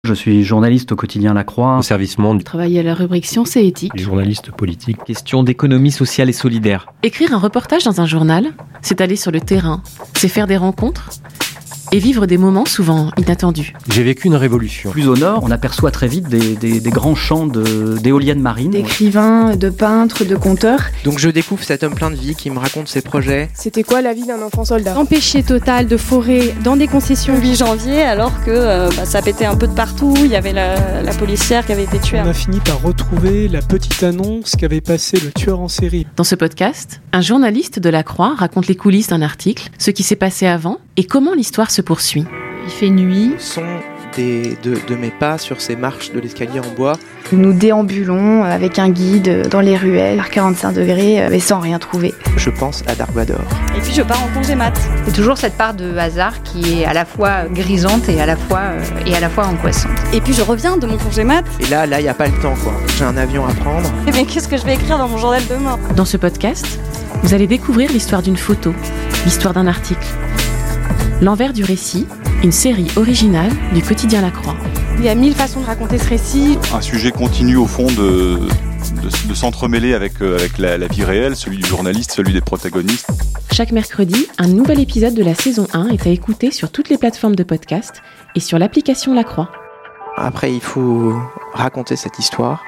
Je suis journaliste au quotidien La Croix. Au service Monde. Je travaille à la rubrique Sciences et Éthique. Les journalistes politiques. Question d'économie sociale et solidaire. Écrire un reportage dans un journal, c'est aller sur le terrain, c'est faire des rencontres et vivre des moments souvent inattendus. J'ai vécu une révolution. Plus au nord, on aperçoit très vite des grands champs d'éoliennes marines. D'écrivains, de peintres, de conteurs. Donc je découvre cet homme plein de vie qui me raconte ses projets. C'était quoi la vie d'un enfant soldat ? Empêché total de forêt dans des concessions. 8 janvier, alors que ça pétait un peu de partout, il y avait la policière qui avait été tuée. On a fini par retrouver la petite annonce qu'avait passée le tueur en série. Dans ce podcast, un journaliste de La Croix raconte les coulisses d'un article, ce qui s'est passé avant et comment l'histoire se poursuit. Il fait nuit. Le son de mes pas sur ces marches de l'escalier en bois. Nous déambulons avec un guide dans les ruelles, à 45 degrés, mais sans rien trouver. Je pense à Dark Vador. Et puis je pars en congé mat. C'est toujours cette part de hasard qui est à la fois grisante et à la fois angoissante. Et puis je reviens de mon congé mat. Et là, il n'y a pas le temps, quoi. J'ai un avion à prendre. Mais qu'est-ce que je vais écrire dans mon journal de mort ? Dans ce podcast, vous allez découvrir l'histoire d'une photo, l'histoire d'un article. L'envers du récit, une série originale du quotidien La Croix. Il y a 1000 façons de raconter ce récit. Un sujet continue au fond de s'entremêler avec la vie réelle, celui du journaliste, celui des protagonistes. Chaque mercredi, un nouvel épisode de la saison 1 est à écouter sur toutes les plateformes de podcast et sur l'application La Croix. Après, il faut raconter cette histoire.